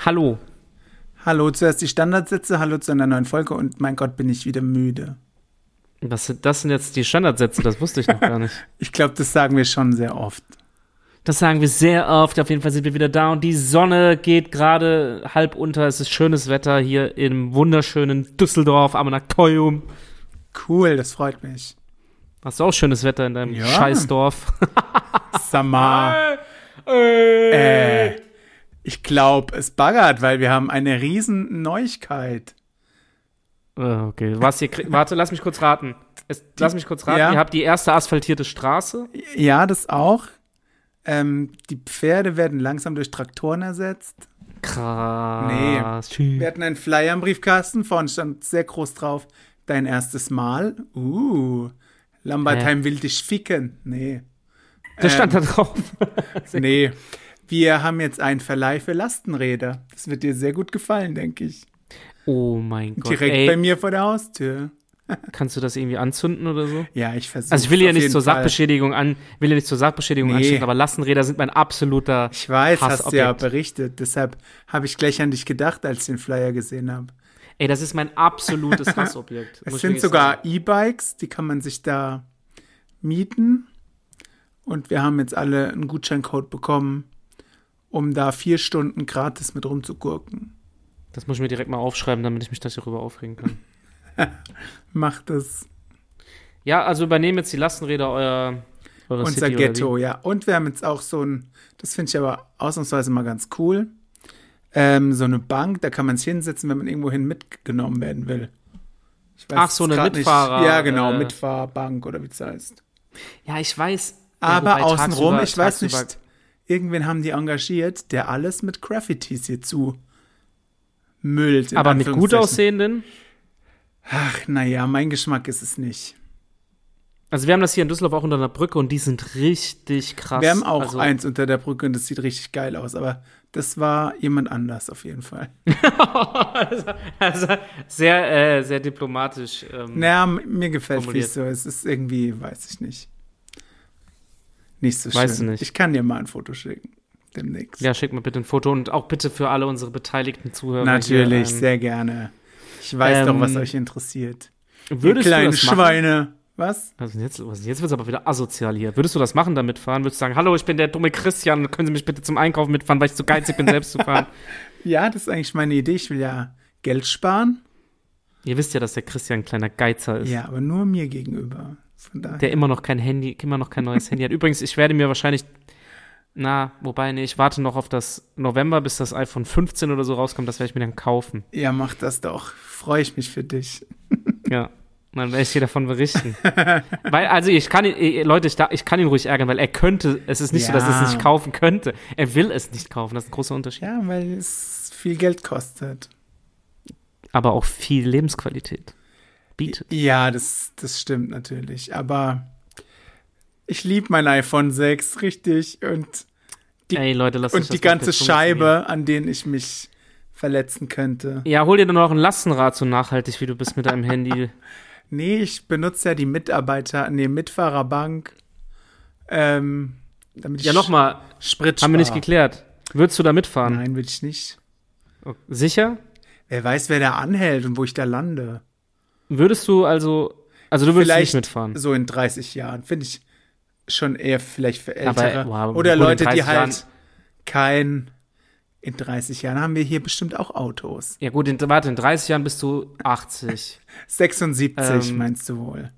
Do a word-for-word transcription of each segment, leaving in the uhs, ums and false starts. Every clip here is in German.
Hallo. Hallo, zuerst die Standardsätze, hallo zu einer neuen Folge und mein Gott, bin ich wieder müde. Was sind, das sind jetzt die Standardsätze, das wusste ich noch gar nicht. Ich glaube, das sagen wir schon sehr oft. Das sagen wir sehr oft, auf jeden Fall sind wir wieder da und die Sonne geht gerade halb unter. Es ist schönes Wetter hier im wunderschönen Düsseldorf am Anaktorium. Cool, das freut mich. Hast du auch schönes Wetter in deinem Ja. Scheißdorf? Samar. äh, ich glaube, es baggert, weil wir haben eine riesen Neuigkeit. Ah, okay, was ihr kriegt, warte, lass mich kurz raten. Es, lass mich kurz raten, Ja. ihr habt die erste asphaltierte Straße. Ja, das auch. Ähm, die Pferde werden langsam durch Traktoren ersetzt. Krass. Wir hatten einen Flyer im Briefkasten, vorne stand sehr groß drauf, dein erstes Mal. Uh, Lambertheim will dich ficken. Nee. Das stand Ähm, da drauf. Nee. Wir haben jetzt einen Verleih für Lastenräder. Das wird dir sehr gut gefallen, denke ich. Oh mein Gott. Direkt Ey, bei mir vor der Haustür. kannst du das irgendwie anzünden oder so? Ja, ich versuche. Also ich will ja nicht zur Sachbeschädigung an, will ja nicht zur Sachbeschädigung Nee. anstellen, aber Lastenräder sind mein absoluter Ich weiß, hast du ja Hassobjekt. berichtet. Deshalb habe ich gleich an dich gedacht, als ich den Flyer gesehen habe. Ey, das ist mein absolutes Hassobjekt. Es muss ich sind wirklich sogar sagen. E-Bikes, die kann man sich da mieten. Und wir haben jetzt alle einen Gutscheincode bekommen, um da vier Stunden gratis mit rumzugurken. Das muss ich mir direkt mal aufschreiben, damit ich mich darüber aufregen kann. Macht es. Ja, also übernehmen jetzt die Lastenräder euer, eure Unser City Ghetto, oder ja. Und wir haben jetzt auch so ein, das finde ich aber ausnahmsweise mal ganz cool, ähm, so eine Bank, da kann man sich hinsetzen, wenn man irgendwohin mitgenommen werden will. Ich weiß Ach, so jetzt eine grad Mitfahrer- Nicht. Ja, genau, äh, Mitfahrbank oder wie es heißt. wie? Ja, ich weiß. Aber ja, wobei außenrum, tagsüber- ich weiß tagsüber- nicht, irgendwen haben die engagiert, der alles mit Graffitis hier zu müllt. in Aber mit gut Anführungszeichen. aussehenden? Ach, naja, mein Geschmack ist es nicht. Also wir haben das hier in Düsseldorf auch unter einer Brücke und die sind richtig krass. Wir haben auch also, eins unter der Brücke und das sieht richtig geil aus, aber das war jemand anders auf jeden Fall. also, also sehr, äh, sehr diplomatisch. Ähm, Naja, m- mir gefällt formuliert. es so. Es ist irgendwie, weiß ich nicht. Nicht so schön. Weißt du nicht. Ich kann dir mal ein Foto schicken. Demnächst. Ja, schick mal bitte ein Foto und auch bitte für alle unsere beteiligten Zuhörer. Natürlich, hier, ähm, sehr gerne. Ich weiß ähm, doch, was euch interessiert. Würdest Ihr du kleinen das machen? Schweine. Was? Also jetzt, was- jetzt wird es aber wieder asozial hier. Würdest du das machen, da mitfahren? Würdest du sagen, hallo, ich bin der dumme Christian, können Sie mich bitte zum Einkaufen mitfahren, weil ich zu geizig bin, selbst zu fahren? Ja, das ist eigentlich meine Idee. Ich will ja Geld sparen. Ihr wisst ja, dass der Christian ein kleiner Geizer ist. Ja, aber nur mir gegenüber. Von daher. Der immer noch kein Handy, immer noch kein neues Handy hat. Übrigens, ich werde mir wahrscheinlich, na, wobei, nee, ich warte noch auf das November, bis das iPhone fünfzehn oder so rauskommt, das werde ich mir dann kaufen. Ja, mach das doch. Freue ich mich für dich. Ja. Dann werde ich dir davon berichten. Weil, also ich kann ihn, eh, Leute, ich, da- ich kann ihn ruhig ärgern, weil er könnte, es ist nicht so, dass er es Ja. nicht kaufen könnte. Er will es nicht kaufen, das ist ein großer Unterschied. Ja, weil es viel Geld kostet. Aber auch viel Lebensqualität bietet. Ja, das, das stimmt natürlich. Aber ich liebe mein iPhone sechs, richtig. Und die, Ey, Leute, lasst euch und das die ganze mal funktionieren. Scheibe, an denen ich mich verletzen könnte. Ja, hol dir dann noch ein Lastenrad so nachhaltig, wie du bist mit deinem Handy. Nee, ich benutze ja die Mitarbeiter, nee, Mitfahrerbank. Ähm, damit ich Ja, nochmal, Sprit haben wir nicht spare. geklärt. Würdest du da mitfahren? Nein, will ich nicht. Okay. Sicher? Wer weiß, wer da anhält und wo ich da lande. Würdest du also, also du würdest Vielleicht nicht mitfahren? so in dreißig Jahren. Finde ich schon eher vielleicht für Aber, Ältere. wow, Oder gut, in Leute, die dreißig halt Jahren- kein... In dreißig Jahren haben wir hier bestimmt auch Autos. Ja gut, in, warte, in dreißig Jahren bist du achtzig. sechsundsiebzig Ähm. meinst du wohl?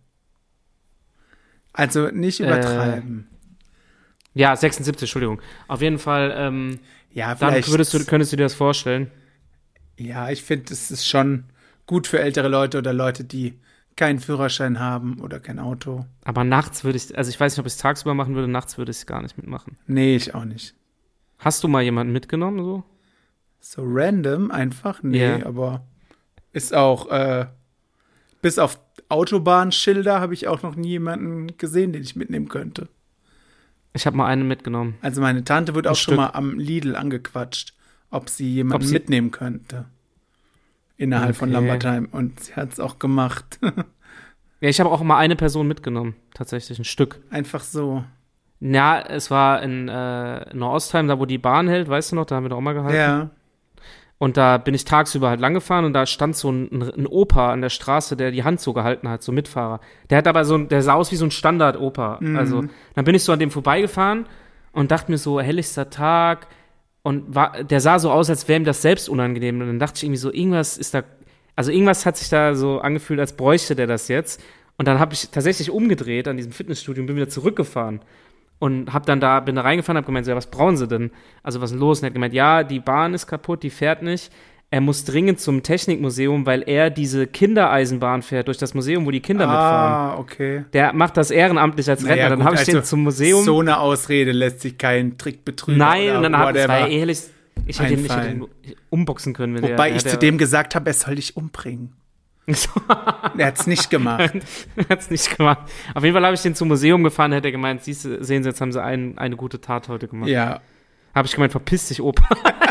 Also nicht Äh, übertreiben. Ja, sechsundsiebzig, Entschuldigung. Auf jeden Fall, ähm, Ja, dann vielleicht. würdest du, könntest du dir das vorstellen. Ja, ich finde, es ist schon gut für ältere Leute oder Leute, die keinen Führerschein haben oder kein Auto. Aber nachts würde ich, also ich weiß nicht, ob ich es tagsüber machen würde, nachts würde ich es gar nicht mitmachen. Nee, ich auch nicht. Hast du mal jemanden mitgenommen, so? So random einfach? Nee, Ja. aber ist auch, äh, bis auf Autobahnschilder habe ich auch noch nie jemanden gesehen, den ich mitnehmen könnte. Ich habe mal einen mitgenommen. Also meine Tante wird Ein auch schon Stück. mal am Lidl angequatscht, ob sie jemanden Ob sie- mitnehmen könnte. Innerhalb von Okay. Lambertheim. Und sie hat es auch gemacht. Ja, ich habe auch mal eine Person mitgenommen, tatsächlich, ein Stück. Einfach so. Ja, es war in äh, Nordostheim, da wo die Bahn hält, weißt du noch, da haben wir doch auch mal gehalten. Ja. Und da bin ich tagsüber halt lang gefahren und da stand so ein, ein, ein Opa an der Straße, der die Hand so gehalten hat, so Mitfahrer. Der hat aber so, ein, der sah aus wie so ein Standard-Opa. Mhm. Also, dann bin ich so an dem vorbeigefahren und dachte mir so, helllichster Tag. Und war, der sah so aus, als wäre ihm das selbst unangenehm. Und dann dachte ich irgendwie so, irgendwas ist da, also irgendwas hat sich da so angefühlt, als bräuchte der das jetzt. Und dann habe ich tatsächlich umgedreht an diesem Fitnessstudio und bin wieder zurückgefahren. Und hab dann da, bin da reingefahren, hab gemeint, so, ja, was brauchen sie denn? Also, was ist denn los? Und er hat gemeint, ja, die Bahn ist kaputt, die fährt nicht. Er muss dringend zum Technikmuseum, weil er diese Kindereisenbahn fährt, durch das Museum, wo die Kinder ah, mitfahren. Ah, okay. Der macht das ehrenamtlich als Rentner. Naja, dann gut, habe ich also den zum Museum. So eine Ausrede lässt sich kein Trick betrügen. Nein, und dann hab ich, war ehrlich, ich hätte ihn, ich hätte ihn umboxen können. Wenn Wobei der, ich der, zu dem gesagt habe, er soll dich umbringen. Er hat's nicht gemacht. Er hat's nicht gemacht. Auf jeden Fall habe ich den zum Museum gefahren, hätte er gemeint, siehst du, sehen Sie, jetzt haben sie ein, eine gute Tat heute gemacht. Ja. Habe ich gemeint, verpiss dich, Opa.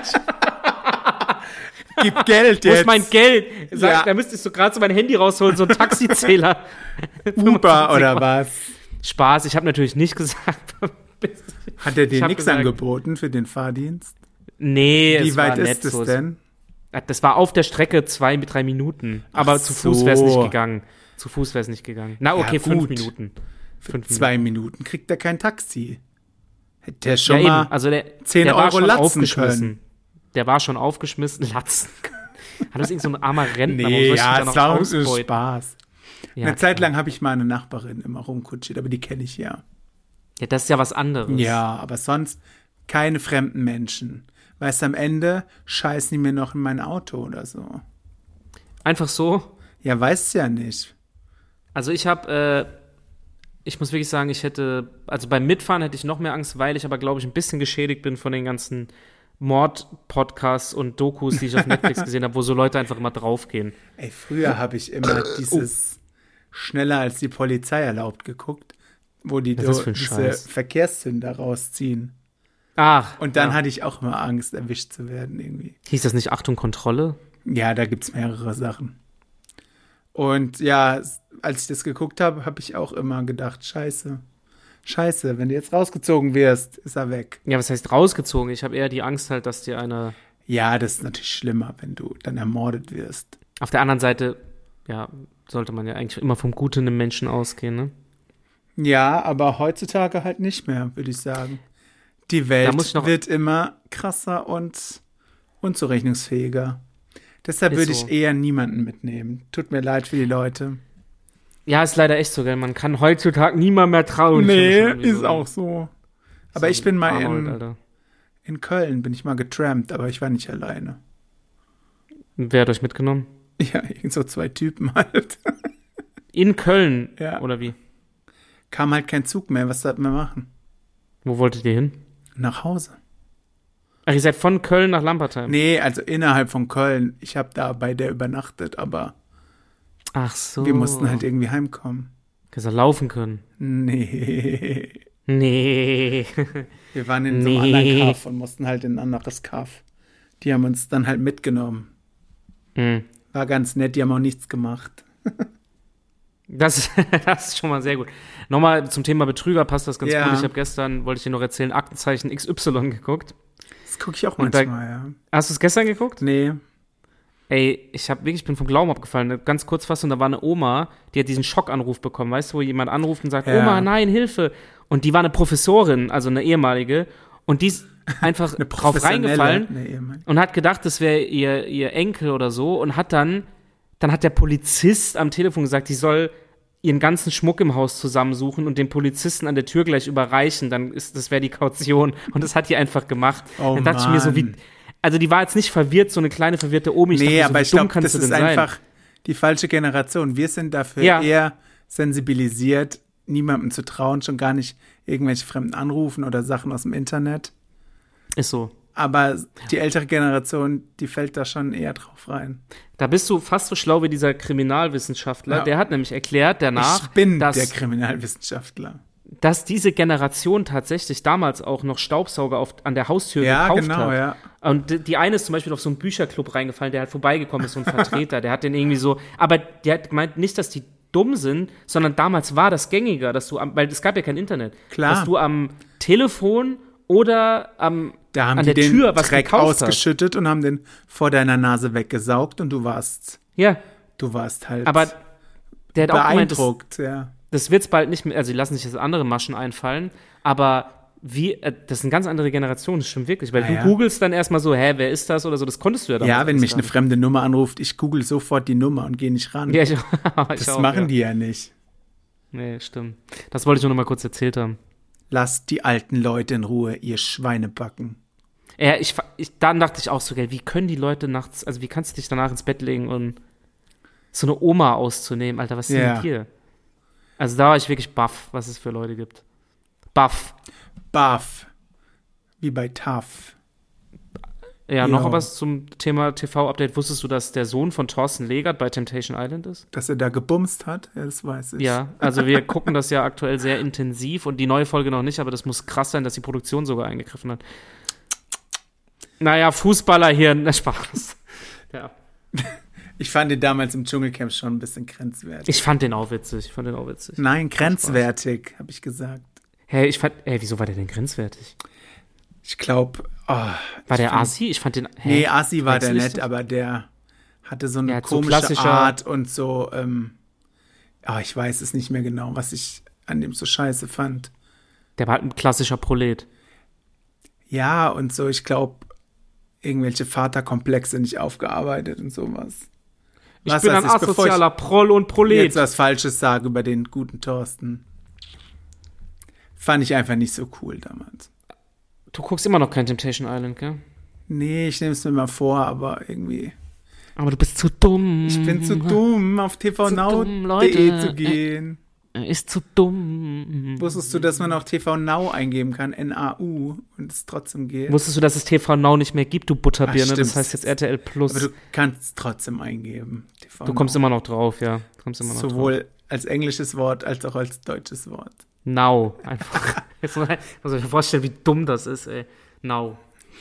Gib Geld jetzt. Wo ist mein Geld? Sag, ja. Da müsstest du gerade so mein Handy rausholen, so ein Taxizähler. Uber oder was? Spaß, ich habe natürlich nicht gesagt. Hat er dir nichts gesagt, angeboten für den Fahrdienst? Nee, Wie es weit war ist nett es so. denn? Das war auf der Strecke zwei, drei Minuten. Aber Ach zu so. Fuß wäre es nicht gegangen. Zu Fuß wäre es nicht gegangen. Na, okay, Ja, fünf gut. Minuten. Für Fünf zwei Minuten. Minuten kriegt er kein Taxi. Hätte er schon Ja, mal eben. Also der, zehn der war Euro schon latzen aufgeschmissen. können. Der war schon aufgeschmissen. Latzen. Hat das irgend so ein armer Rentner? Warum Nee, soll ich ja, mich da es noch war ausbeuten? Spaß. Ja, Eine Zeit klar. lang habe ich mal eine Nachbarin immer rumkutschiert, aber die kenne ich ja. Ja, das ist ja was anderes. Ja, aber sonst keine fremden Menschen. Weißt du, am Ende scheißen die mir noch in mein Auto oder so. Einfach so. Ja, weißt ja nicht. Also ich habe, äh, ich muss wirklich sagen, ich hätte, also beim Mitfahren hätte ich noch mehr Angst, weil ich aber, glaube ich, ein bisschen geschädigt bin von den ganzen Mord-Podcasts und Dokus, die ich auf Netflix gesehen habe, wo so Leute einfach immer draufgehen. Ey, früher habe ich immer dieses schneller als die Polizei erlaubt geguckt, wo die Was do, ist das für ein diese Scheiß? Verkehrszünder rausziehen. Ach. Und dann ja. hatte ich auch immer Angst, erwischt zu werden irgendwie. Hieß das nicht Achtung, Kontrolle? Ja, da gibt's mehrere Sachen. Und ja, als ich das geguckt habe, habe ich auch immer gedacht, scheiße, scheiße, wenn du jetzt rausgezogen wirst, ist er weg. Ja, was heißt rausgezogen? Ich habe eher die Angst halt, dass dir einer. Ja, das ist natürlich schlimmer, wenn du dann ermordet wirst. Auf der anderen Seite, ja, sollte man ja eigentlich immer vom Guten im Menschen ausgehen, ne? Ja, aber heutzutage halt nicht mehr, würde ich sagen. Die Da Welt muss ich noch- wird immer krasser und unzurechnungsfähiger. Deshalb Ist würde so. ich eher niemanden mitnehmen. Tut mir leid für die Leute. Ja, ist leider echt so, gell? Man kann heutzutage niemand mehr trauen. Finde ich schon irgendwie so. Aber So ich bin mal Arnold, in, Alter. in Köln, bin ich mal getrampt, aber ich war nicht alleine. Wer hat euch mitgenommen? Ja, irgend so zwei Typen halt. In Köln, Ja. oder wie? Kam halt kein Zug mehr, was sollten wir machen? Wo wolltet ihr hin? Nach Hause. Ach, ihr seid von Köln nach Lampertheim? Nee, also innerhalb von Köln. Ich habe da bei der übernachtet, aber Ach so. wir mussten halt irgendwie heimkommen. Hättest du laufen können. Nee. Nee. Wir waren in so einem Nee. anderen Kaff und mussten halt in ein anderes Kaff. Die haben uns dann halt mitgenommen. Hm. War ganz nett, die haben auch nichts gemacht. Das, das ist schon mal sehr gut. Nochmal zum Thema Betrüger passt das ganz Ja. gut. Ich habe gestern, wollte ich dir noch erzählen, Aktenzeichen X Y geguckt. Das gucke ich auch Und da- manchmal, ja. Hast du es gestern geguckt? Nee. Ey, ich habe wirklich, ich bin vom Glauben abgefallen. Eine ganz kurz Fassung, da war eine Oma, die hat diesen Schockanruf bekommen, weißt du, wo jemand anruft und sagt, Ja. Oma, nein, Hilfe. Und die war eine Professorin, also eine ehemalige, und die ist einfach Eine drauf professionelle- reingefallen Nee, Mann. und hat gedacht, das wäre ihr, ihr Enkel oder so und hat dann, dann hat der Polizist am Telefon gesagt, die soll ihren ganzen Schmuck im Haus zusammensuchen und dem Polizisten an der Tür gleich überreichen, dann ist, das wäre die Kaution. Und das hat die einfach gemacht. Oh, dann dachte ich mir so, wie, Mann. also die war jetzt nicht verwirrt, so eine kleine verwirrte Omi. Ich Nee, dachte mir so, aber wie ich dumm glaube, kannst das du ist denn sein? einfach die falsche Generation. Wir sind dafür Ja. eher sensibilisiert, niemandem zu trauen, schon gar nicht irgendwelche Fremden anrufen oder Sachen aus dem Internet. Ist so. Aber die ältere Generation, die fällt da schon eher drauf rein. Da bist du fast so schlau wie dieser Kriminalwissenschaftler. Ja. Der hat nämlich erklärt danach, ich bin dass, der Kriminalwissenschaftler. dass diese Generation tatsächlich damals auch noch Staubsauger auf, an der Haustür Ja, gekauft genau, hat. ja. Und die- die eine ist zum Beispiel auf so einen Bücherclub reingefallen, der halt vorbeigekommen ist, so ein Vertreter, der hat den irgendwie so, aber der hat gemeint, nicht, dass die dumm sind, sondern damals war das gängiger, dass du am, weil es gab ja kein Internet, Klar. dass du am Telefon oder am, Da haben an die der den Tür was Dreck gekauft hat. ausgeschüttet und haben den vor deiner Nase weggesaugt und du warst, Ja, du warst halt aber der hat auch gemeint, das, beeindruckt, ja. das wird's bald nicht mehr, also die lassen sich jetzt andere Maschen einfallen, aber wie, äh, das ist eine ganz andere Generation, das stimmt wirklich, weil Ah, du ja. googelst dann erstmal so, hä, wer ist das oder so, das konntest du ja damals Ja, wenn alles mich gar eine nicht. fremde Nummer anruft, ich google sofort die Nummer und gehe nicht ran. Ja, ich, ich das auch, machen ja. die ja nicht. Nee, stimmt. Das wollte ich nur noch mal kurz erzählt haben. Lasst die alten Leute in Ruhe, ihr Schweinebacken. Ja, ich, ich, dann dachte ich auch so, gell, wie können die Leute nachts, also wie kannst du dich danach ins Bett legen und so eine Oma auszunehmen, Alter, was ist Ja. denn hier? Also da war ich wirklich baff, was es für Leute gibt. Baff. Baff. Wie bei T A F. Ja, Jo. noch was zum Thema T V-Update. Wusstest du, dass der Sohn von Thorsten Legert bei Temptation Island ist? Dass er da gebumst hat, ja, das weiß ich. Ja, also wir gucken das ja aktuell sehr intensiv und die neue Folge noch nicht, aber das muss krass sein, dass die Produktion sogar eingegriffen hat. Naja, Fußballer hier, na Spaß. Ja. Ich fand den damals im Dschungelcamp schon ein bisschen grenzwertig. Ich fand den auch witzig, ich fand den auch witzig. Nein, grenzwertig, habe ich gesagt. Hey, ich fand, ey, wieso war der denn grenzwertig? Ich glaube, oh, War der fand- Assi? Ich fand den, hä? Nee, Assi war der Wechsel ich nett, das? aber der hatte so eine Der hat so komische klassischer- Art und so, ähm, oh, ich weiß es nicht mehr genau, was ich an dem so scheiße fand. Der war halt ein klassischer Prolet. Ja, und so, ich glaube, irgendwelche Vaterkomplexe nicht aufgearbeitet und sowas. Ich Was bin weiß ein ich, bevor ich asozialer Proll und Prolet. jetzt was Falsches sage über den guten Thorsten. Fand ich einfach nicht so cool damals. Du guckst immer noch kein Temptation Island, gell? Nee, ich nehme es mir mal vor, aber irgendwie. Aber du bist zu dumm. Ich bin zu dumm, auf Zu dumm, tvnow.de Leute. zu gehen. Er ist zu dumm. Wusstest du, dass man auch T V Now eingeben kann, N A U, und es trotzdem geht? Wusstest du, dass es T V Now nicht mehr gibt, du Butterbirne? Ach, Das stimmt. heißt jetzt R T L Plus. Aber du kannst es trotzdem eingeben. T V Du kommst Now. immer noch drauf, ja. Du kommst immer noch Sowohl drauf. als englisches Wort als auch als deutsches Wort. Now. Einfach. Jetzt muss ich mir vorstellen, wie dumm das ist, ey. Now.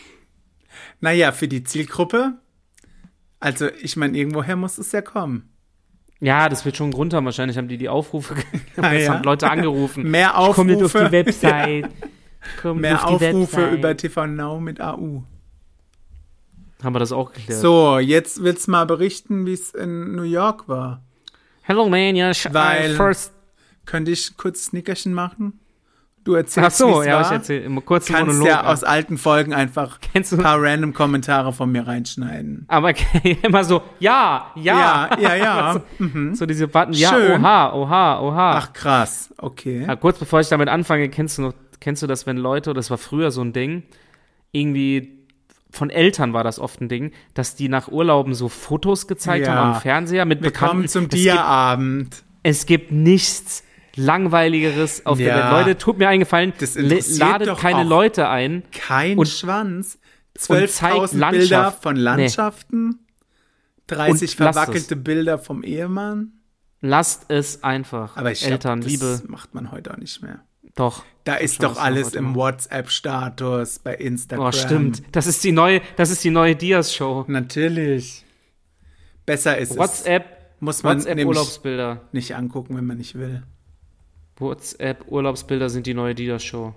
Naja, für die Zielgruppe, also ich meine, irgendwoher muss es ja kommen. Ja, das wird schon einen Grund haben. Wahrscheinlich haben die die Aufrufe. Ah, Jetzt ja. haben Leute angerufen. Mehr Ich komme nicht auf Aufrufe. die Website. Ich komm nicht Mehr auf die Aufrufe Website. über T V Now mit A U. Haben wir das auch geklärt. So, jetzt willst du mal berichten, wie es in New York war. Hello, man. Ja, sh- Weil- uh, first. Könnte ich kurz Snickerchen machen? Du erzählst, Ach so, wie's ja, war. ich erzähle immer kurz einen Kannst Monolog. ja aus alten Folgen einfach Kennst ein du? paar random Kommentare von mir reinschneiden. Aber immer so, ja, ja. Ja, ja, ja. so, Mhm. so diese Button, ja, Schön. oha, oha, oha. Ach, krass. Okay. Ja, kurz bevor ich damit anfange, kennst du noch, kennst du das, wenn Leute, das war früher so ein Ding, irgendwie von Eltern war das oft ein Ding, dass die nach Urlauben so Fotos gezeigt Ja. haben am Fernseher mit Willkommen Bekannten. zum es gibt, Dia-Abend. es gibt nichts langweiligeres auf der Ja. Welt. Leute, tut mir eingefallen, Das le- interessiert ladet doch keine auch Leute ein. Kein Und- Schwanz. zeigt zwölftausend Bilder Landschaft. von Landschaften. dreißig Und lasst verwackelte Bilder vom Ehemann. Lasst es einfach. Aber ich Eltern, glaub, das Liebe, macht man heute auch nicht mehr. doch. Da ist schon, doch was man alles heute im macht. WhatsApp-Status, bei Instagram. Oh, stimmt. Das ist die neue, das ist die neue Diaz-Show. Natürlich. Besser ist es. WhatsApp, Muss man WhatsApp nämlich Urlaubsbilder. nicht angucken, wenn man nicht will. WhatsApp Urlaubsbilder sind die neue Diaz-Show.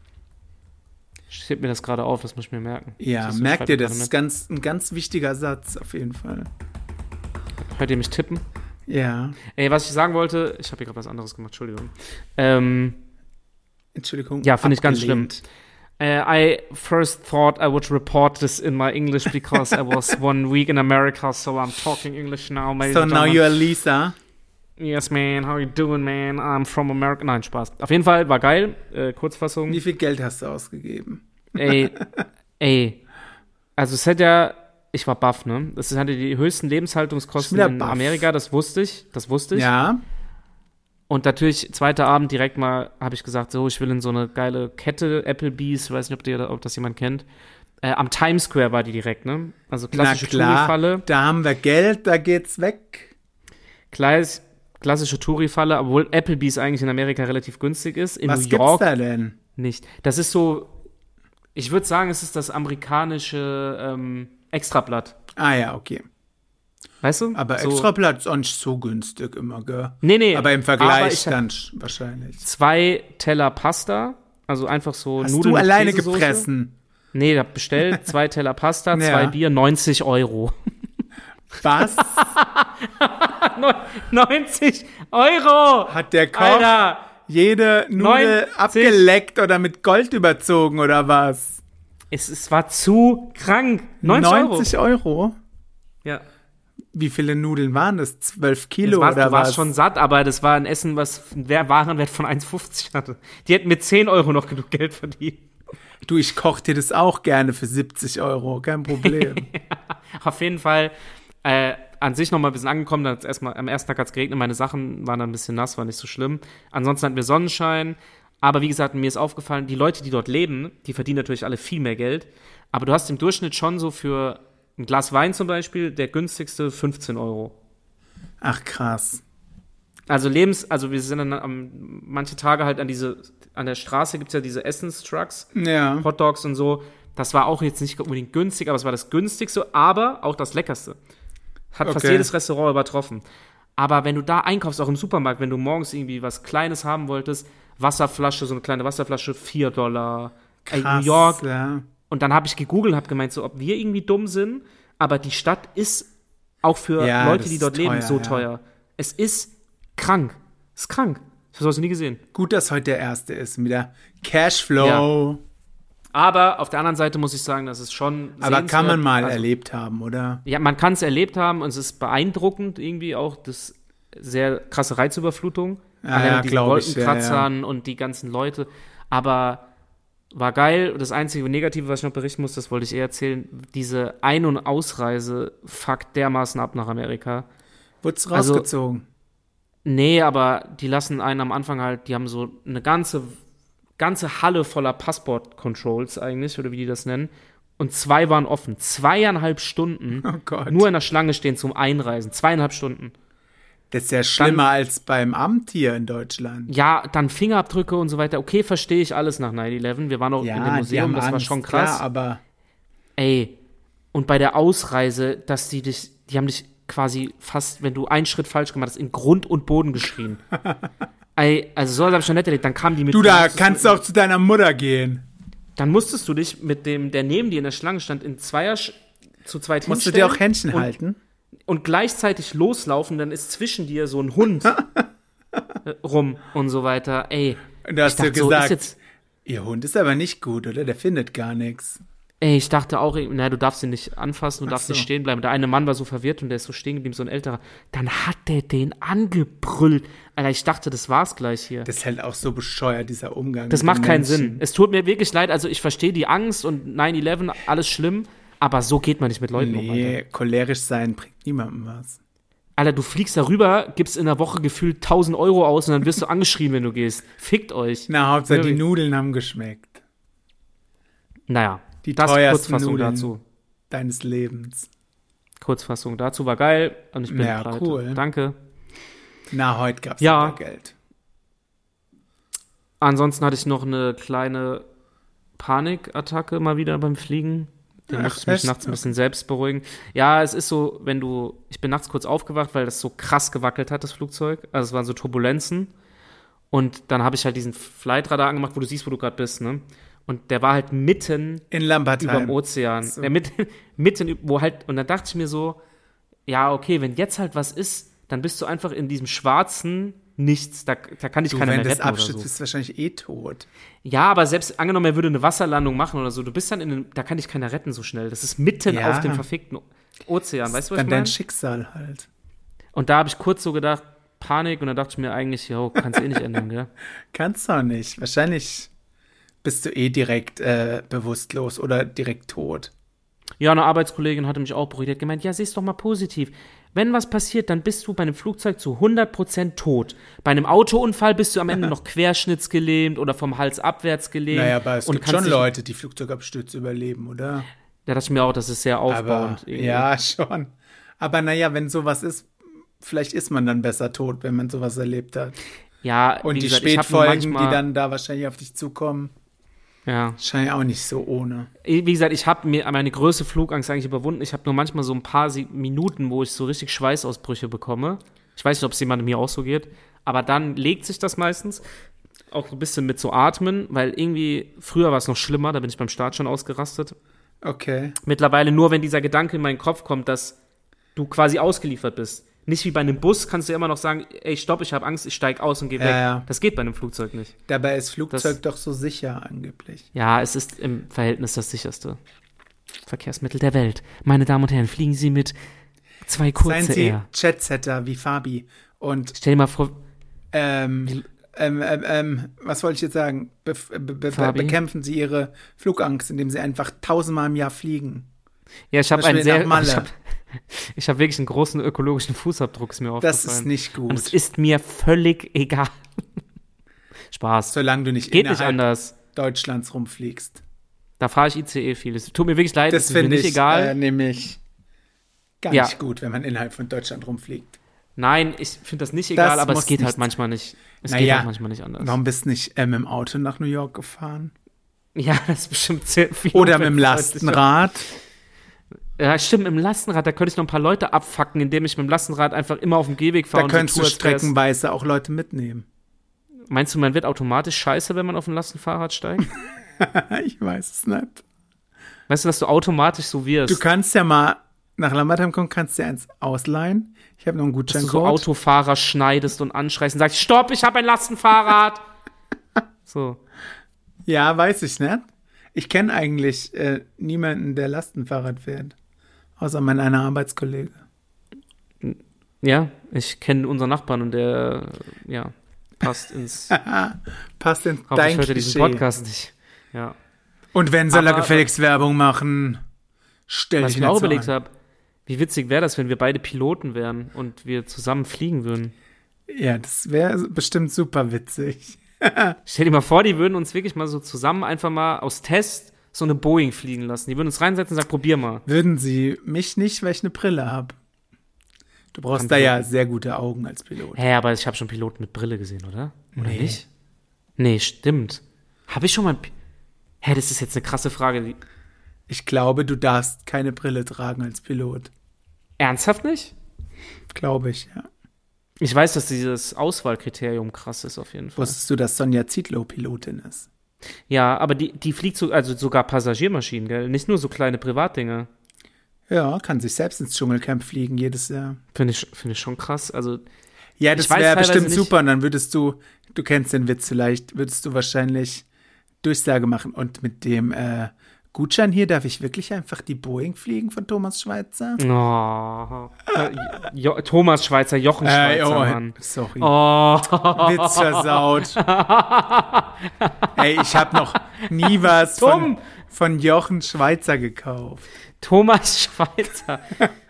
Ich heb mir das gerade auf, das muss ich mir merken. Ja, Siehst du, merkt schreib ihr, mir das gerade ist ganz, ein ganz wichtiger Satz, auf jeden Fall. mit. Hört ihr mich tippen? Ja, Ey, was ich sagen wollte, ich habe hier gerade was anderes gemacht, Entschuldigung. Ähm, Entschuldigung. Ja, finde ich ganz abgelehnt. Uh, I first thought I would report this in my English because I was one week in America, so I'm talking English now. ladies So and now gentlemen. you're Lisa. Yes, man, how you doing, man? I'm from America. Nein, Spaß. Auf jeden Fall, war geil. Äh, Kurzfassung. Wie viel Geld hast du ausgegeben? Ey, ey. Also es hat ja, ich war baff, ne? Es hatte die höchsten Lebenshaltungskosten Schon wieder in baff. Amerika, das wusste ich, das wusste ich. Ja, Und natürlich, zweiter Abend direkt mal, habe ich gesagt, so, ich will in so eine geile Kette, Applebee's, weiß nicht, ob, die, ob das jemand kennt. Äh, am Times Square war die direkt, ne? Also na klassische klar. Touri-Falle. Da haben wir Geld, da geht's weg. Kleis, klassische Touri-Falle, obwohl Applebee's eigentlich in Amerika relativ günstig ist. In Was New York gibt's da denn? nicht. Das ist so, ich würde sagen, es ist das amerikanische ähm, Extrablatt. Ah ja, okay. Weißt du? Aber so, Extrablatt ist auch nicht so günstig immer, gell? Nee, nee. Aber im aber Vergleich ich hab dann sch- wahrscheinlich. zwei Teller Pasta, Also einfach so Hast Nudeln du mit alleine Käsesoße. gefressen? Nee, ich hab bestellt, zwei Teller Pasta, Ja. zwei Bier, neunzig Euro. Was? neunzig Euro! Hat der Koch Alter! jede Nudel neunzig abgeleckt oder mit Gold überzogen oder was? Es, es war zu krank. neunzig Euro. neunzig Euro? Ja. Wie viele Nudeln waren das? zwölf Das Kilo war, oder du warst was? schon satt, aber das war ein Essen, was einen Warenwert von eins fünfzig hatte. Die hätten mit zehn Euro noch genug Geld verdient. Du, ich koche dir das auch gerne für siebzig Euro, kein Problem. Auf jeden Fall äh, an sich noch mal ein bisschen angekommen. Dann hat's erstmal, am ersten Tag hat es geregnet, meine Sachen waren dann ein bisschen nass, war nicht so schlimm. Ansonsten hatten wir Sonnenschein. Aber wie gesagt, mir ist aufgefallen, die Leute, die dort leben, die verdienen natürlich alle viel mehr Geld. Aber du hast im Durchschnitt schon so für ein Glas Wein zum Beispiel, der günstigste fünfzehn Euro. Ach, krass. Also Lebens, also wir sind dann am, manche Tage halt an diese, an der Straße gibt's ja diese Essenstrucks, Ja. Hotdogs und so. Das war auch jetzt nicht unbedingt günstig, aber es war das günstigste, aber auch das leckerste. Hat fast Okay. jedes Restaurant übertroffen. Aber wenn du da einkaufst, auch im Supermarkt, wenn du morgens irgendwie was Kleines haben wolltest, Wasserflasche, so eine kleine Wasserflasche, vier Dollar. Ey, Krass, New York. ja. Und dann habe ich gegoogelt und habe gemeint, so, ob wir irgendwie dumm sind, aber die Stadt ist auch für Ja, Leute, das die ist dort leben, teuer, so ja. teuer. Es ist krank. Es ist krank. Ich habe sowas nie gesehen. Gut, dass heute der erste ist. Wieder Cashflow. Aber auf der anderen Seite muss ich sagen, das ist schon Aber kann man sehenswert. mal Also, erlebt haben, oder? Ja, man kann es erlebt haben und es ist beeindruckend irgendwie auch, das sehr krasse Reizüberflutung. Ja, Alleine ja, mit diesen glaub ich, ja, Wolkenkratzern und die ganzen Leute. Aber war geil. Das einzige Negative, was ich noch berichten muss, das wollte ich eher erzählen, diese Ein- und Ausreise fuckt dermaßen ab nach Amerika. Wurd's Also- rausgezogen? Nee, aber die lassen einen am Anfang halt, die haben so eine ganze, ganze Halle voller Passport-Controls eigentlich, oder wie die das nennen. Und zwei waren offen. Zweieinhalb Stunden Oh Gott. nur in der Schlange stehen zum Einreisen. Zweieinhalb Stunden. Das ist ja schlimmer als beim Amt hier in Deutschland. Ja, dann Fingerabdrücke und so weiter. Okay, verstehe ich alles nach neun elf. Wir waren auch in dem die Museum, haben das war Angst, schon krass. Klar, aber Ey, und bei der Ausreise, dass die dich, die haben dich quasi fast, wenn du einen Schritt falsch gemacht hast, in Grund und Boden geschrien. Ey, also so habe ich schon nicht erlebt. Dann kamen die mit. du, da musstest kannst du auch zu deiner Mutter gehen. Dann musstest du dich mit dem, der neben dir in der Schlange stand, in Zweier zu zweit Musst du hinstellen dir auch Händchen und, halten? und gleichzeitig loslaufen, dann ist zwischen dir so ein Hund äh, rum und so weiter. Ey, Und da hast ich du dachte so, gesagt, ist jetzt, ihr Hund ist aber nicht gut, oder? Der findet gar nichts. ey, ich dachte auch, naja, du darfst ihn nicht anfassen, du Ach darfst so. nicht stehen bleiben. Der eine Mann war so verwirrt und der ist so stehen geblieben, so ein älterer. Dann hat der den angebrüllt. Alter, ich dachte, das war's gleich hier. Das ist halt auch so bescheuert, dieser Umgang. Das mit macht den keinen Menschen. Sinn. Es tut mir wirklich leid. Also ich verstehe die Angst und neun elf, alles schlimm, aber so geht man nicht mit Leuten um, Alter. Nee, cholerisch sein bringt niemandem was. Alter, du fliegst darüber, gibst in der Woche gefühlt tausend Euro aus und dann wirst du angeschrien, wenn du gehst. Fickt euch. Na, Hauptsache die Wirklich. Nudeln haben geschmeckt. Naja, Die das teuersten Kurzfassung Nudeln dazu. deines Lebens. Kurzfassung dazu war geil und ich bin Ja, pleite. cool. Danke. Na, heute gab's Ja. wieder Geld. Ansonsten hatte ich noch eine kleine Panikattacke mal wieder beim Fliegen. Den Ach, musste ich mich echt? nachts ein bisschen selbst beruhigen. Ja, es ist so, wenn du, ich bin nachts kurz aufgewacht, weil das so krass gewackelt hat, das Flugzeug. Also es waren so Turbulenzen. Und dann habe ich halt diesen Flightradar angemacht, wo du siehst, wo du gerade bist, ne? Und der war halt mitten In über Lambertheim. dem Ozean. So. Der mitten, mitten, üb- wo halt, und dann dachte ich mir so, ja, okay, wenn jetzt halt was ist, dann bist du einfach in diesem schwarzen Nichts. Da, da kann dich Du, keiner wenn mehr das retten oder abstürzt, so. bist du wahrscheinlich eh tot. Ja, aber selbst angenommen, er würde eine Wasserlandung machen oder so, du bist dann in den, da kann dich keiner retten so schnell. Das ist mitten Ja. auf dem verfickten O- Ozean, weißt du, was Dann ich dein meine? Schicksal halt. Und da habe ich kurz so gedacht, Panik, und dann dachte ich mir eigentlich, jo, kannst eh nicht ändern, gell? Kannst du auch nicht. Wahrscheinlich bist du eh direkt äh, bewusstlos oder direkt tot. Ja, eine Arbeitskollegin hatte mich auch beruhigt, die hat gemeint, ja, sieh's doch mal positiv. Wenn was passiert, dann bist du bei einem Flugzeug zu hundert Prozent tot. Bei einem Autounfall bist du am Ende noch querschnittsgelähmt oder vom Hals abwärts gelähmt. Naja, aber es und gibt kannst schon dich- Leute, die Flugzeugabstürze überleben, oder? Da dachte ich mir auch, das ist sehr Aber aufbauend. irgendwie. ja, schon. Aber naja, wenn sowas ist, vielleicht ist man dann besser tot, wenn man sowas erlebt hat. ja Und wie die gesagt, ich hab nur Spätfolgen, manchmal, die dann da wahrscheinlich auf dich zukommen, ja. scheinen auch nicht so ohne. Wie gesagt, ich habe mir meine größte Flugangst eigentlich überwunden. Ich habe nur manchmal so ein paar Sie- Minuten, wo ich so richtig Schweißausbrüche bekomme. Ich weiß nicht, ob es jemandem hier auch so geht, aber dann legt sich das meistens. auch ein bisschen mit so Atmen, weil irgendwie, früher war es noch schlimmer, da bin ich beim Start schon ausgerastet. Okay. Mittlerweile nur, wenn dieser Gedanke in meinen Kopf kommt, dass du quasi ausgeliefert bist. Nicht wie bei einem Bus kannst du ja immer noch sagen, ey, stopp, ich habe Angst, ich steig aus und geh Ja, weg. ja. Das geht bei einem Flugzeug nicht. Dabei ist Flugzeug Das- doch so sicher angeblich. Ja, es ist im Verhältnis das sicherste Verkehrsmittel der Welt. Meine Damen und Herren, fliegen Sie mit zwei Seien kurze Sie eher. Chatsetter wie Fabi. Und Stell dir mal vor, ähm, ähm, ähm, ähm, was wollte ich jetzt sagen? Be be be Fabi? bekämpfen Sie Ihre Flugangst, indem Sie einfach tausendmal im Jahr fliegen. ja, ich habe Zum einen Beispiel sehr, nach Malle. ich habe ich hab wirklich einen großen ökologischen Fußabdruck, ist mir aufgefallen. Das ist nicht gut. Und es ist mir völlig egal. Spaß. Solange du nicht Geht nicht innerhalb anders. Deutschlands rumfliegst. Da fahre ich I C E viel. Es tut mir wirklich leid, Das es ist mir finde nicht ich egal. äh, nämlich gar Ja. nicht gut, wenn man innerhalb von Deutschland rumfliegt. Nein, ich finde das nicht egal, Das aber muss es geht nicht halt manchmal nicht. Es Naja, geht halt manchmal nicht anders. Warum bist du nicht äh, mit dem Auto nach New York gefahren? Ja, das ist bestimmt sehr viel. Oder mit dem umweltfreundlicher. Lastenrad? Ja, stimmt, mit dem Lastenrad, da könnte ich noch ein paar Leute abfacken, indem ich mit dem Lastenrad einfach immer auf dem Gehweg fahre. Da und so könntest du tue, als wär's- streckenweise auch Leute mitnehmen. Meinst du, man wird automatisch scheiße, wenn man auf ein Lastenfahrrad steigt? Ich weiß es nicht. Weißt du, dass du automatisch so wirst? Du kannst ja mal nach Lambertheim kommen, kannst dir eins ausleihen. Ich habe noch einen dass du Gutscheincode. so Autofahrer schneidest und anschreist und sagst, stopp, ich habe ein Lastenfahrrad. So. Ja, weiß ich nicht. Ich kenne eigentlich äh, niemanden, der Lastenfahrrad fährt. Außer mein einer Arbeitskollege. Ja, ich kenne unseren Nachbarn und der, ja, passt ins, Passt in hoffentlich dein hört er diesen Klischee. Podcast nicht. Ja. Und wenn soll er Aber- gefälligst Werbung machen? Stell Was dich ich mir nicht auch so überlegt an. habe, wie witzig wäre das, wenn wir beide Piloten wären und wir zusammen fliegen würden. Ja, das wäre bestimmt super witzig. Stell dir mal vor, die würden uns wirklich mal so zusammen einfach mal aus Test so eine Boeing fliegen lassen. Die würden uns reinsetzen und sagen, probier mal. Würden sie mich nicht, weil ich eine Brille habe. Du brauchst Kann da ja Piloten. sehr gute Augen als Pilot. Hä, aber ich habe schon Piloten mit Brille gesehen, oder? Oder Nee. nicht? Nee, stimmt. Habe ich schon mal. Pi- Hä, das ist jetzt eine krasse Frage. Die- Ich glaube, du darfst keine Brille tragen als Pilot. Ernsthaft nicht? Glaube ich, ja. Ich weiß, dass dieses Auswahlkriterium krass ist auf jeden Fall. Wusstest du, dass Sonja Zietlow Pilotin ist? Ja, aber die, die fliegt so, also sogar Passagiermaschinen, gell? Nicht nur so kleine Privatdinger. Ja, kann sich selbst ins Dschungelcamp fliegen jedes Jahr. Finde ich, finde ich schon krass. Also, Ja, das Ich weiß wäre teilweise bestimmt nicht- super. Und dann würdest du, du kennst den Witz vielleicht, würdest du wahrscheinlich Durchsage machen. Und mit dem äh, Gutschein hier darf ich wirklich einfach die Boeing fliegen von Thomas Schweizer? oh, äh, jo, Thomas Schweizer, Jochen Schweizer, oh, Mann. sorry. Oh. Witz versaut. Ey, ich habe noch nie was Tom. von, von Jochen Schweizer gekauft. Thomas Schweizer.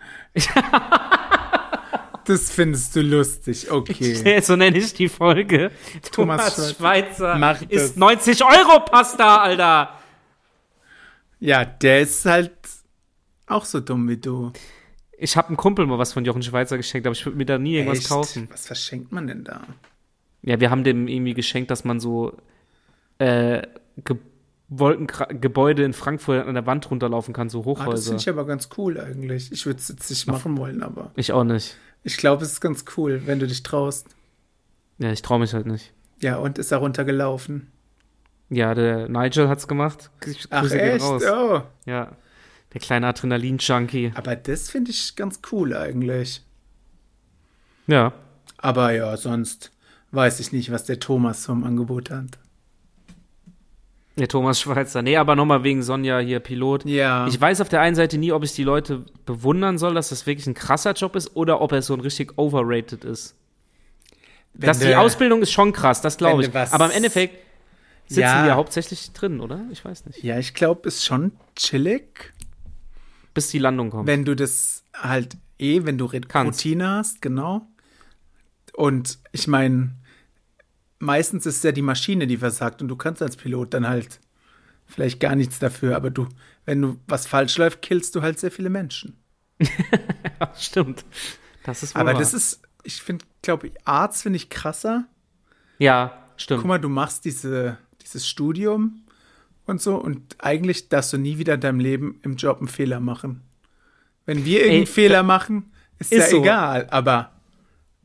Das findest du lustig, okay. So nenne ich die Folge. Thomas Thomas, Schweizer Macht das. ist neunzig Euro Pasta, Alter. Ja, der ist halt auch so dumm wie du. Ich habe einem Kumpel mal was von Jochen Schweizer geschenkt, aber ich würde mir da nie irgendwas Echt? kaufen. Was verschenkt man denn da? Ja, wir haben dem irgendwie geschenkt, dass man so äh, Ge Wolkenkra- Gebäude in Frankfurt an der Wand runterlaufen kann, so Ah, das Hochhäuser. finde ich aber ganz cool eigentlich. Ich würde es jetzt nicht machen wollen, aber ich auch nicht. ich glaube, es ist ganz cool, wenn du dich traust. Ja, ich traue mich halt nicht. Ja, und ist er runtergelaufen? Ja, der Nigel hat's gemacht. Grüße Ach gehen echt? raus. Oh. Ja, der kleine Adrenalin-Junkie. Aber das finde ich ganz cool eigentlich. Ja. Aber ja, sonst weiß ich nicht, was der Thomas vom Angebot hat. Der Thomas Schweizer. Nee, aber nochmal wegen Sonja hier, Pilot. Ja. Ich weiß auf der einen Seite nie, ob ich die Leute bewundern soll, dass das wirklich ein krasser Job ist oder ob er so ein richtig overrated ist. Wenn dass du- die Ausbildung ist schon krass, das glaube wenn ich. du was- Aber im Endeffekt sitzen Ja. die ja hauptsächlich drin, oder? Ich weiß nicht. Ja, ich glaube, ist schon chillig, Bis die Landung kommt. wenn du das halt eh, wenn du Re- Kannst. Routine hast, genau. Und ich meine, meistens ist es ja die Maschine, die versagt und du kannst als Pilot dann halt vielleicht gar nichts dafür, aber du, wenn du was falsch läuft, killst du halt sehr viele Menschen. Ja, stimmt. Das ist wohl Aber wahr. das ist, ich finde, glaube ich, Arzt finde ich krasser. Ja, stimmt. Guck mal, du machst diese, dieses Studium und so und eigentlich darfst du nie wieder in deinem Leben im Job einen Fehler machen. Wenn wir irgendeinen Ey, Fehler machen, ist, ist ja so. egal, aber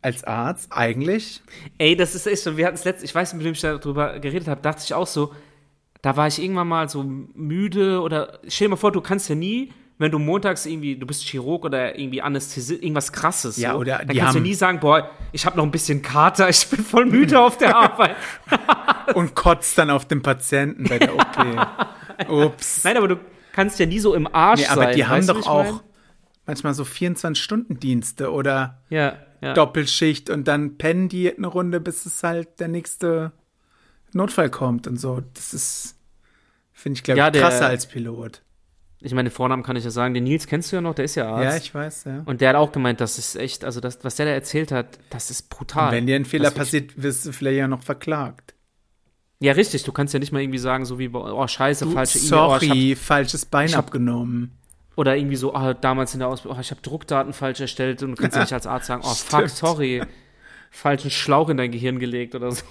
als Arzt eigentlich. Ey, das ist echt so, wir hatten es letztens, ich weiß nicht, mit wem ich darüber geredet habe, dachte ich auch so, da war ich irgendwann mal so müde oder, stell dir mal vor, du kannst ja nie, wenn du montags irgendwie, du bist Chirurg oder irgendwie Anästhesist, irgendwas Krasses, Ja, so, oder dann die kannst du haben- nie sagen, boah, ich habe noch ein bisschen Kater, ich bin voll müde auf der Arbeit. Und kotzt dann auf den Patienten bei der O P. Ups. Nein, aber du kannst ja nie so im Arsch Nee, aber sein. die haben weißt du, doch wie ich auch mein? manchmal so vierundzwanzig-Stunden-Dienste oder Ja, ja. Doppelschicht und dann pennen die eine Runde, bis es halt der nächste Notfall kommt und so. Das ist, finde ich, glaube Ja, ich, der- krasser als Pilot. Ich meine, den Vornamen kann ich ja sagen, den Nils kennst du ja noch, der ist ja Arzt. Ja, ich weiß, ja. Und der hat auch gemeint, das ist echt, also das, was der da erzählt hat, das ist brutal. Und wenn dir ein Fehler Das ist wirklich- passiert, wirst du vielleicht ja noch verklagt. Ja, richtig, du kannst ja nicht mal irgendwie sagen, so wie, oh, scheiße, Du, falsche E-Mail, oh, ich hab, sorry, falsches Bein ich hab- abgenommen. oder irgendwie so, oh, damals in der Ausbildung, oh, ich habe Druckdaten falsch erstellt und du kannst ja nicht als Arzt sagen, oh, fuck, Stimmt. sorry, falschen Schlauch in dein Gehirn gelegt oder so.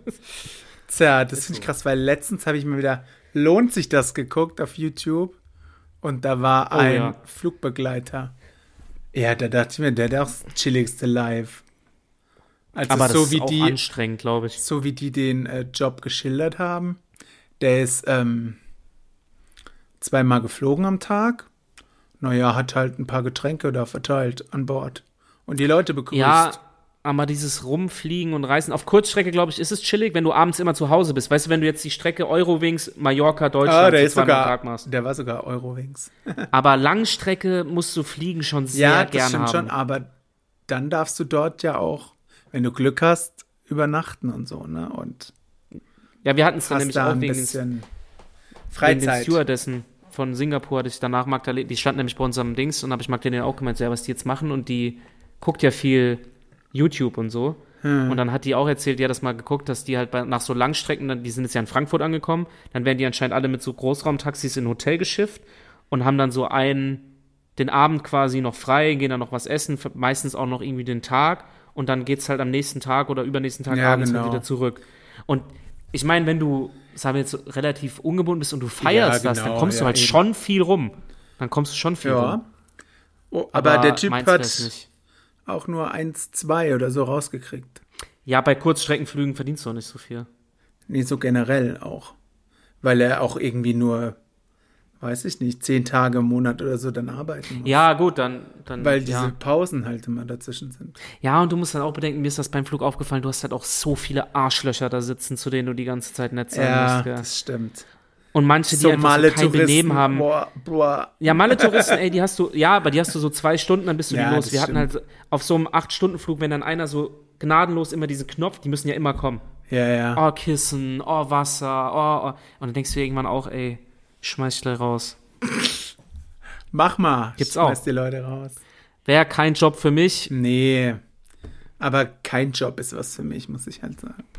Tja, das finde ich krass, weil letztens habe ich mal wieder Lohnt sich das geguckt auf YouTube und da war Oh, ein ja. Flugbegleiter. Ja, da dachte ich mir, der hat auch das chilligste Live. Also Aber das so ist wie auch die, anstrengend, glaube ich. so wie die den äh, Job geschildert haben. Der ist ähm, zweimal geflogen am Tag. Naja, hat halt ein paar Getränke da verteilt an Bord. Und die Leute begrüßt. Ja, aber dieses Rumfliegen und Reisen, auf Kurzstrecke, glaube ich, ist es chillig, wenn du abends immer zu Hause bist. Weißt du, wenn du jetzt die Strecke Eurowings, Mallorca, Deutschland ah, der für ist zweimal am sogar, Tag machst. der war sogar Eurowings. Aber Langstrecke musst du fliegen schon sehr Ja, das gerne stimmt haben. schon, aber dann darfst du dort ja auch, wenn du Glück hast, übernachten und so, ne? Und Ja, wir hatten es dann hast nämlich da auch ein wegen, des- bisschen wegen den Freizeit. Stewardessen von Singapur, hatte ich danach Magdalena, die stand nämlich bei unserem Dings und habe ich Magdalena auch gemeint, so, ja, was die jetzt machen und die guckt ja viel YouTube und so. Hm. Und dann hat die auch erzählt, die hat das mal geguckt, dass die halt bei, nach so Langstrecken, dann- die sind jetzt ja in Frankfurt angekommen, dann werden die anscheinend alle mit so Großraumtaxis in ein Hotel geschifft und haben dann so einen, den Abend quasi noch frei, gehen dann noch was essen, meistens auch noch irgendwie den Tag und dann geht's halt am nächsten Tag oder übernächsten Tag Ja, abends genau. halt wieder zurück. Und ich meine, wenn du, sagen wir jetzt, so relativ ungebunden bist und du feierst Ja, das, dann genau, kommst du ja, halt eben. schon viel rum. Dann kommst du schon viel Ja. rum. Oh, aber, der Typ meins hat wär's nicht. auch nur eins, zwei oder so rausgekriegt. Ja, bei Kurzstreckenflügen verdienst du auch nicht so viel. Nee, so generell auch. Weil er auch irgendwie nur, weiß ich nicht, zehn Tage im Monat oder so dann arbeiten muss. Ja, gut, dann. dann Weil diese ja. Pausen halt immer dazwischen sind. ja, und du musst dann auch bedenken, mir ist das beim Flug aufgefallen, du hast halt auch so viele Arschlöcher da sitzen, zu denen du die ganze Zeit nett sein Ja, musst. Gell? das stimmt. Und manche, die So einfach so kein Malle-Touristen, Benehmen haben. boah, boah. Ja, Malle-Touristen, ey, die hast du, ja, aber die hast du so zwei Stunden, dann bist du Ja, die los. das Wir hatten stimmt. halt auf so einem acht-Stunden-Flug, wenn dann einer so gnadenlos immer diesen Knopf, die müssen ja immer kommen. Ja, ja. Oh, Kissen, oh, Wasser, oh, oh. Und dann denkst du dir irgendwann auch, ey, schmeiß ich gleich raus. Mach mal. Gibt's Schmeiß auch. die Leute raus. Wäre kein Job für mich. Nee. Aber kein Job ist was für mich, muss ich halt sagen.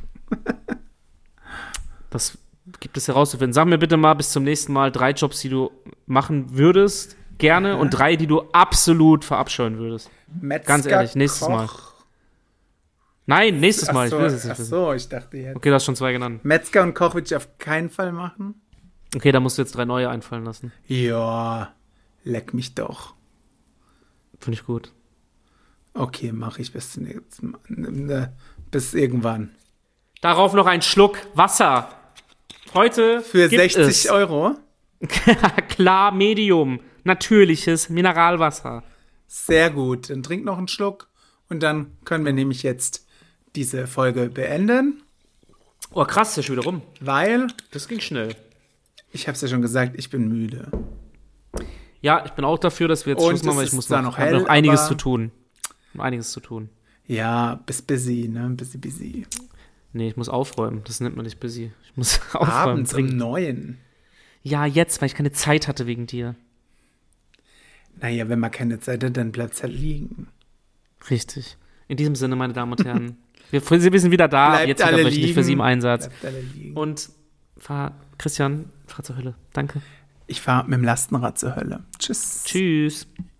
Das gibt es herauszufinden. Sag mir bitte mal bis zum nächsten Mal drei Jobs, die du machen würdest, gerne, und drei, die du absolut verabscheuen würdest. Metzger, Ganz ehrlich, nächstes Koch. Mal. Nein, nächstes Mal. Ach Ich so, will es jetzt nicht ach wissen. so, ich dachte jetzt. Okay, du hast schon zwei genannt. Metzger und Koch würde ich auf keinen Fall machen. Okay, da musst du jetzt drei neue einfallen lassen. Ja, leck mich doch. Finde ich gut. Okay, mache ich bis zum nächsten Mal. Ne, bis irgendwann. Darauf noch ein Schluck Wasser. Heute Für gibt sechzig es Euro. klar Medium, natürliches Mineralwasser. Sehr gut. Dann trink noch einen Schluck und dann können wir nämlich jetzt diese Folge beenden, Oh, krass, ist ja schon wieder rum. weil, Das ging schnell. ich habe es ja schon gesagt, ich bin müde. Ja, ich bin auch dafür, dass wir jetzt Und Schluss machen, es weil ich ist muss zwar noch, noch hab hell, noch einiges aber- zu tun. Noch einiges zu tun. Ja, bist busy, ne? Busy, busy. Nee, ich muss aufräumen. Das nennt man nicht busy. Ich muss aufräumen. Abends um dringend. neun. Ja, jetzt, weil ich keine Zeit hatte wegen dir. Naja, wenn man keine Zeit hat, dann bleibt es halt liegen. Richtig. In diesem Sinne, meine Damen und Herren, wir, wir sind wieder da. Bleibt jetzt wieder alle wöchentlich für liegen. Sie im Einsatz. Bleibt alle liegen. Und fahr, Christian, fahr zur Hölle. Danke. Ich fahre mit dem Lastenrad zur Hölle. Tschüss. Tschüss.